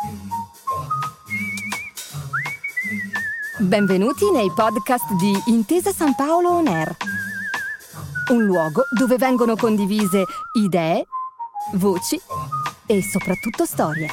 Benvenuti nei podcast di Intesa San Paolo On Air, un luogo dove vengono condivise idee, voci e soprattutto storie.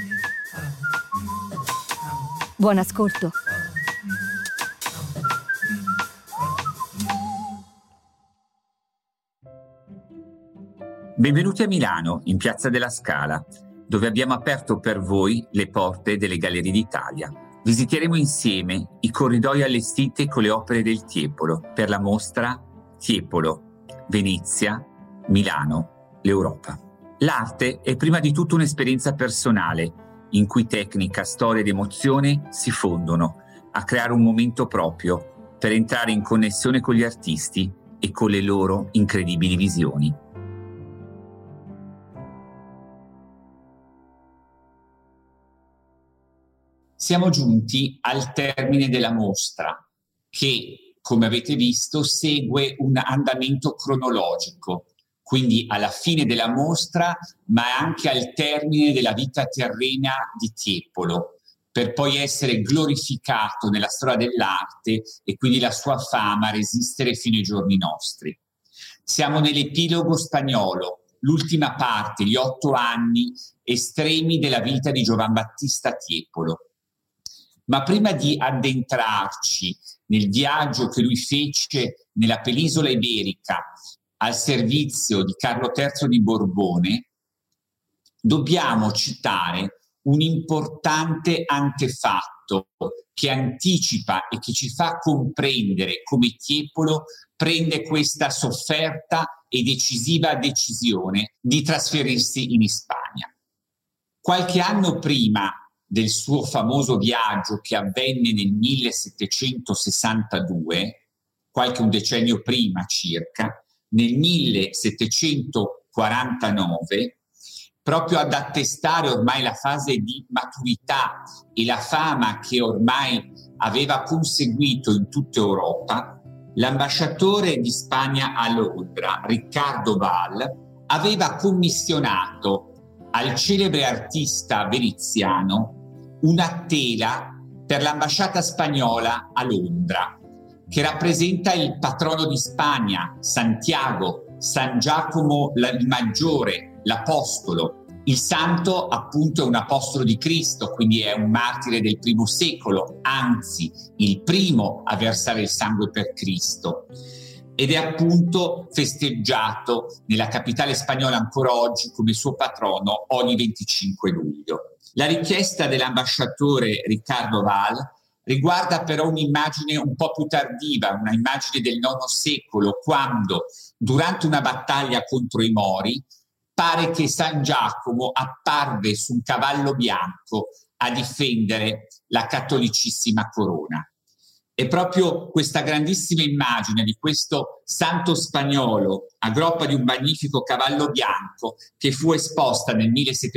Buon ascolto. Benvenuti a Milano, in Piazza della Scala, dove abbiamo aperto per voi le porte delle Gallerie d'Italia. Visiteremo insieme i corridoi allestiti con le opere del Tiepolo per la mostra Tiepolo, Venezia, Milano, l'Europa. L'arte è prima di tutto un'esperienza personale, in cui tecnica, storia ed emozione si fondono a creare un momento proprio per entrare in connessione con gli artisti e con le loro incredibili visioni. Siamo giunti al termine della mostra che, come avete visto, segue un andamento cronologico, quindi alla fine della mostra, ma anche al termine della vita terrena di Tiepolo, per poi essere glorificato nella storia dell'arte e quindi la sua fama resistere fino ai giorni nostri. Siamo nell'epilogo spagnolo, l'ultima parte, gli 8 anni estremi della vita di Giovan Battista Tiepolo. Ma prima di addentrarci nel viaggio che lui fece nella penisola iberica al servizio di Carlo III di Borbone, dobbiamo citare un importante antefatto che anticipa e che ci fa comprendere come Tiepolo prende questa sofferta e decisiva decisione di trasferirsi in Spagna. Qualche anno prima del suo famoso viaggio che avvenne nel 1762, qualche un decennio prima circa, nel 1749, proprio ad attestare ormai la fase di maturità e la fama che ormai aveva conseguito in tutta Europa, l'ambasciatore di Spagna a Londra, Ricardo Val, aveva commissionato al celebre artista veneziano una tela per l'ambasciata spagnola a Londra, che rappresenta il patrono di Spagna, Santiago, San Giacomo il Maggiore, l'Apostolo. Il santo appunto è un apostolo di Cristo, quindi è un martire del primo secolo, anzi il primo a versare il sangue per Cristo. Ed è appunto festeggiato nella capitale spagnola ancora oggi come suo patrono ogni 25 luglio. La richiesta dell'ambasciatore Ricardo Val riguarda però un'immagine un po' più tardiva, una immagine del IX secolo, quando durante una battaglia contro i Mori pare che San Giacomo apparve su un cavallo bianco a difendere la cattolicissima corona. È proprio questa grandissima immagine di questo santo spagnolo a groppa di un magnifico cavallo bianco che fu esposta nel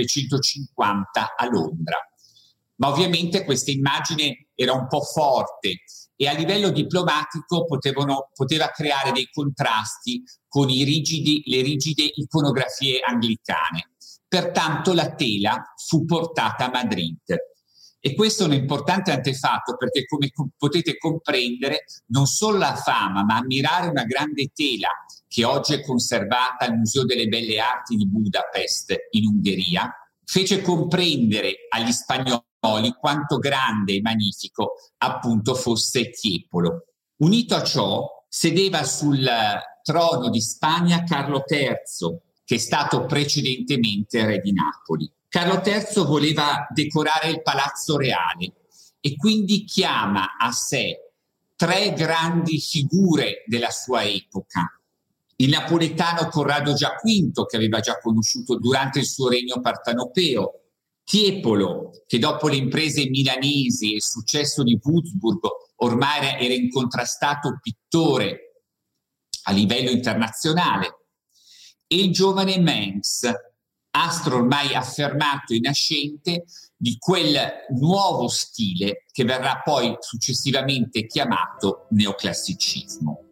1750 a Londra. Ma ovviamente questa immagine era un po' forte e a livello diplomatico poteva creare dei contrasti con le rigide iconografie anglicane. Pertanto la tela fu portata a Madrid. E questo è un importante antefatto perché, come potete comprendere, non solo la fama, ma ammirare una grande tela che oggi è conservata al Museo delle Belle Arti di Budapest in Ungheria, fece comprendere agli spagnoli quanto grande e magnifico appunto fosse Tiepolo. Unito a ciò, sedeva sul trono di Spagna Carlo III, che è stato precedentemente re di Napoli. Carlo III voleva decorare il Palazzo Reale e quindi chiama a sé 3 grandi figure della sua epoca. Il napoletano Corrado Giaquinto, che aveva già conosciuto durante il suo regno partenopeo, Tiepolo, che dopo le imprese milanesi e il successo di Würzburg ormai era incontrastato pittore a livello internazionale, e il giovane Mengs, astro ormai affermato e nascente di quel nuovo stile che verrà poi successivamente chiamato neoclassicismo.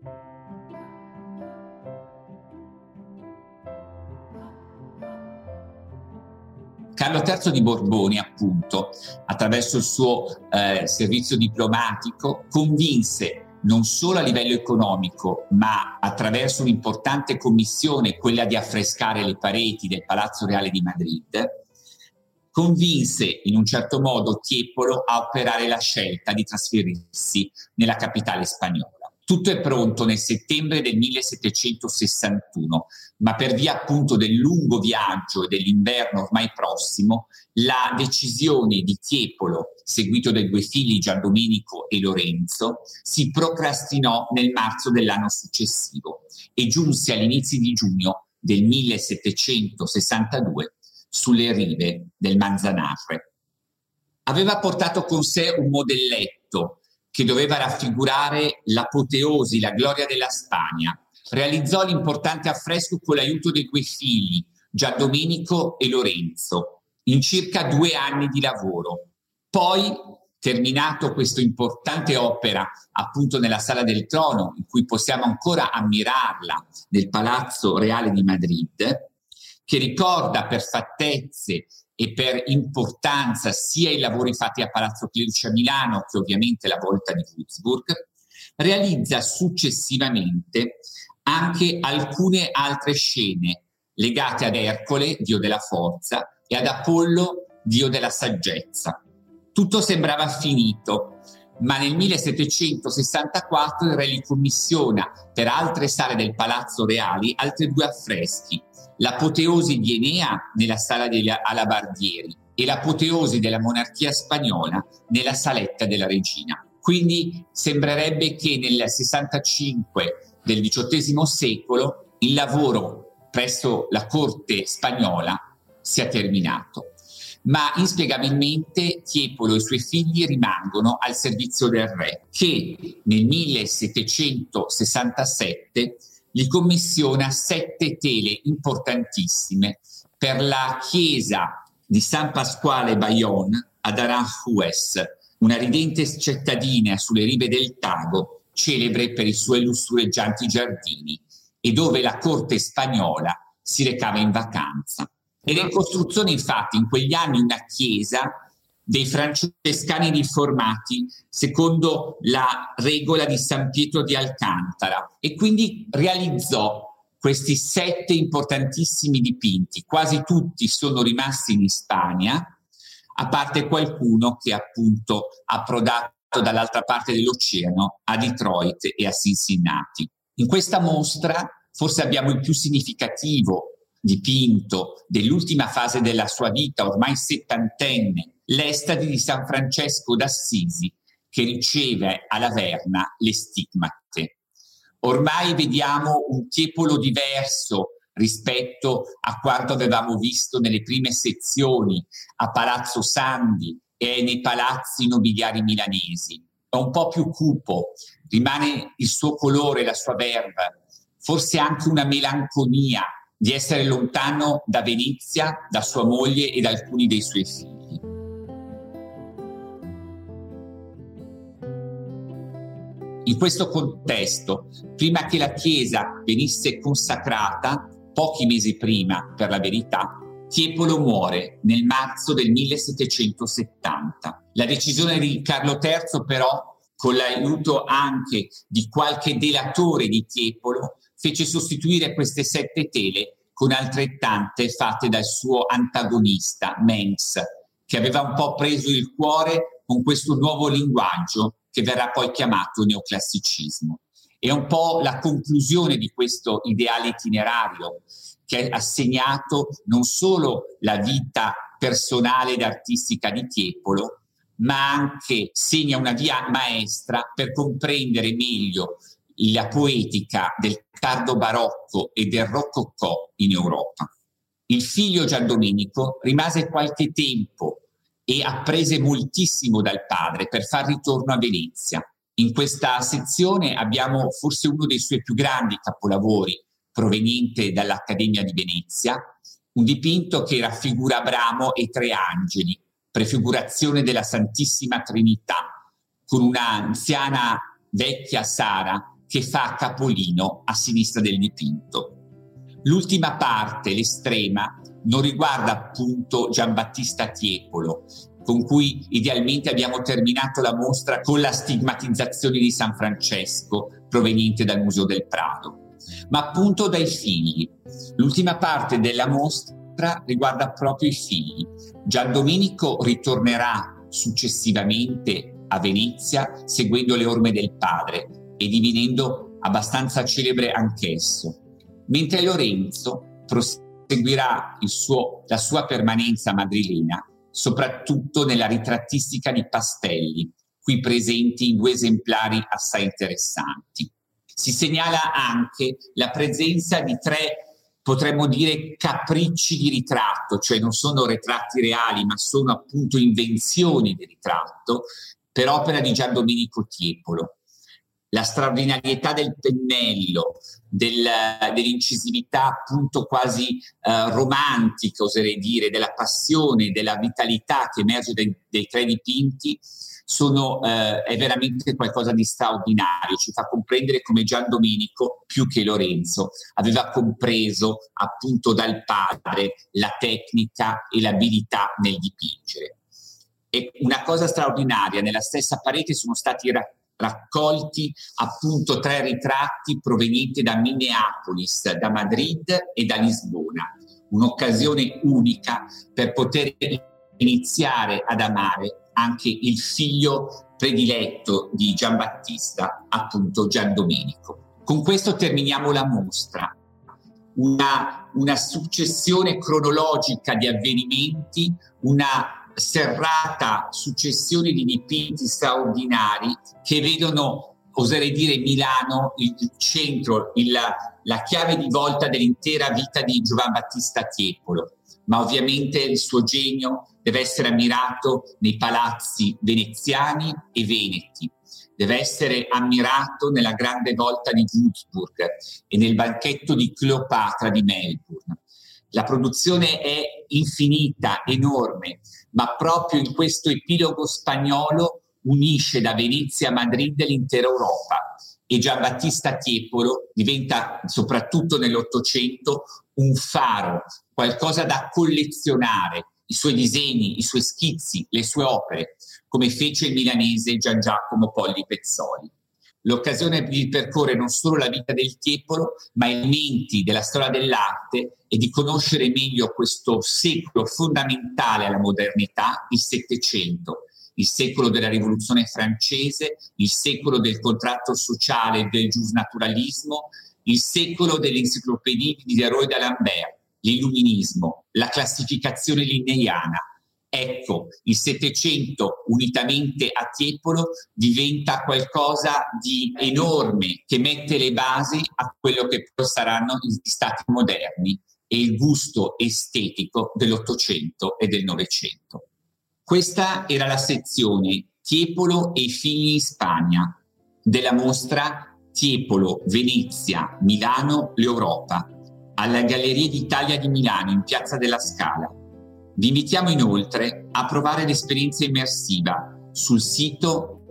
Carlo III di Borbone, appunto, attraverso il suo servizio diplomatico, convinse non solo a livello economico, ma attraverso un'importante commissione, quella di affrescare le pareti del Palazzo Reale di Madrid, convinse in un certo modo Tiepolo a operare la scelta di trasferirsi nella capitale spagnola. Tutto è pronto nel settembre del 1761, ma per via appunto del lungo viaggio e dell'inverno ormai prossimo, la decisione di Tiepolo, seguito dai due figli Giandomenico e Lorenzo, si procrastinò nel marzo dell'anno successivo e giunse agli inizi di giugno del 1762 sulle rive del Manzanares. Aveva portato con sé un modelletto che doveva raffigurare l'apoteosi, la gloria della Spagna. Realizzò l'importante affresco con l'aiuto dei due figli, Giandomenico e Lorenzo, in circa 2 anni di lavoro. Poi, terminato questa importante opera appunto nella Sala del Trono, in cui possiamo ancora ammirarla, nel Palazzo Reale di Madrid, che ricorda per fattezze e per importanza sia i lavori fatti a Palazzo Clerici a Milano che ovviamente la volta di Würzburg, realizza successivamente anche alcune altre scene legate ad Ercole, dio della forza, e ad Apollo, dio della saggezza. Tutto sembrava finito, ma nel 1764 il re gli commissiona per altre sale del Palazzo Reali altri 2 affreschi: l'apoteosi di Enea nella Sala degli Alabardieri e l'apoteosi della monarchia spagnola nella Saletta della Regina. Quindi sembrerebbe che nel 65 del XVIII secolo il lavoro presso la corte spagnola sia terminato. Ma inspiegabilmente Tiepolo e i suoi figli rimangono al servizio del re, che nel 1767 gli commissiona 7 tele importantissime per la chiesa di San Pasquale Bayonne ad Aranjuez, una ridente cittadina sulle rive del Tago, celebre per i suoi lussureggianti giardini, e dove la corte spagnola si recava in vacanza. Ed è in costruzione infatti in quegli anni una chiesa dei francescani riformati secondo la regola di San Pietro di Alcantara, e quindi realizzò questi 7 importantissimi dipinti. Quasi tutti sono rimasti in Spagna, a parte qualcuno che appunto ha approdato dall'altra parte dell'oceano a Detroit e a Cincinnati. In questa mostra forse abbiamo il più significativo dipinto dell'ultima fase della sua vita, ormai settantenne, l'Estadi di San Francesco d'Assisi, che riceve a Laverna le stigmate. Ormai vediamo un Tiepolo diverso rispetto a quanto avevamo visto nelle prime sezioni a Palazzo Sandi e nei palazzi nobiliari milanesi. È un po' più cupo, rimane il suo colore, la sua verve, forse anche una melanconia di essere lontano da Venezia, da sua moglie e da alcuni dei suoi figli. In questo contesto, prima che la chiesa venisse consacrata, pochi mesi prima per la verità, Tiepolo muore nel marzo del 1770. La decisione di Carlo III però, con l'aiuto anche di qualche delatore di Tiepolo, fece sostituire queste 7 tele con altrettante fatte dal suo antagonista, Mengs, che aveva un po' preso il cuore con questo nuovo linguaggio che verrà poi chiamato neoclassicismo. È un po' la conclusione di questo ideale itinerario che ha segnato non solo la vita personale ed artistica di Tiepolo, ma anche segna una via maestra per comprendere meglio la poetica del tardo barocco e del rococò in Europa. Il figlio Giandomenico rimase qualche tempo e apprese moltissimo dal padre per far ritorno a Venezia. In questa sezione abbiamo forse uno dei suoi più grandi capolavori, proveniente dall'Accademia di Venezia, un dipinto che raffigura Abramo e 3 angeli, prefigurazione della Santissima Trinità, con una anziana vecchia Sara che fa capolino a sinistra del dipinto. L'ultima parte, l'estrema, non riguarda appunto Giambattista Tiepolo, con cui idealmente abbiamo terminato la mostra con la stigmatizzazione di San Francesco proveniente dal Museo del Prado, ma appunto dai figli. L'ultima parte della mostra riguarda proprio i figli. Gian Domenico ritornerà successivamente a Venezia seguendo le orme del padre e divenendo abbastanza celebre anch'esso, mentre Lorenzo proseguirà la sua permanenza madrilena soprattutto nella ritrattistica di Pastelli, qui presenti in 2 esemplari assai interessanti. Si segnala anche la presenza di 3, potremmo dire, capricci di ritratto, cioè non sono ritratti reali, ma sono appunto invenzioni di ritratto per opera di Gian Domenico Tiepolo. La straordinarietà del pennello, dell'incisività appunto quasi romantica, oserei dire, della passione, della vitalità che emerge dei 3 dipinti, è veramente qualcosa di straordinario. Ci fa comprendere come Gian Domenico, più che Lorenzo, aveva compreso appunto dal padre la tecnica e l'abilità nel dipingere. E una cosa straordinaria, nella stessa parete sono stati raccolti appunto 3 ritratti provenienti da Minneapolis, da Madrid e da Lisbona. Un'occasione unica per poter iniziare ad amare anche il figlio prediletto di Giambattista, appunto Gian Domenico. Con questo terminiamo la mostra. Una successione cronologica di avvenimenti, una serrata successione di dipinti straordinari che vedono, oserei dire, Milano il centro, la chiave di volta dell'intera vita di Giovan Battista Tiepolo. Ma ovviamente il suo genio deve essere ammirato nei palazzi veneziani e veneti, deve essere ammirato nella grande volta di Würzburg e nel banchetto di Cleopatra di Melbourne. La produzione è infinita, enorme, ma proprio in questo epilogo spagnolo unisce da Venezia a Madrid l'intera Europa e Giambattista Tiepolo diventa, soprattutto nell'Ottocento, un faro, qualcosa da collezionare, i suoi disegni, i suoi schizzi, le sue opere, come fece il milanese Gian Giacomo Polli Pezzoli. L'occasione di ripercorrere non solo la vita del Tiepolo, ma elementi della storia dell'arte e di conoscere meglio questo secolo fondamentale alla modernità, il Settecento, il secolo della Rivoluzione francese, il secolo del contratto sociale e del giusnaturalismo, il secolo dell'enciclopedia di Diderot e d'Alembert, l'illuminismo, la classificazione linneiana. Ecco, il Settecento, unitamente a Tiepolo, diventa qualcosa di enorme che mette le basi a quello che poi saranno gli stati moderni e il gusto estetico dell'Ottocento e del Novecento. Questa era la sezione Tiepolo e i figli in Spagna della mostra Tiepolo, Venezia, Milano, l'Europa, alla Galleria d'Italia di Milano in Piazza della Scala. Vi invitiamo inoltre a provare l'esperienza immersiva sul sito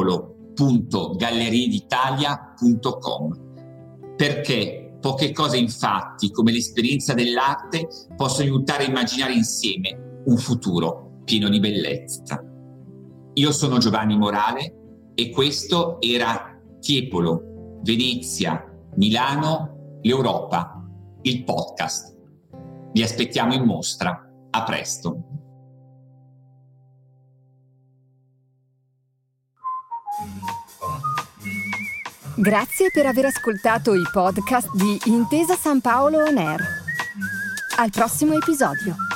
tiepolo.gallerieditalia.com, perché poche cose infatti, come l'esperienza dell'arte, possono aiutare a immaginare insieme un futuro pieno di bellezza. Io sono Giovanni Morale e questo era Tiepolo, Venezia, Milano, l'Europa, il podcast. Vi aspettiamo in mostra. A presto. Grazie per aver ascoltato i podcast di Intesa San Paolo On Air. Al prossimo episodio.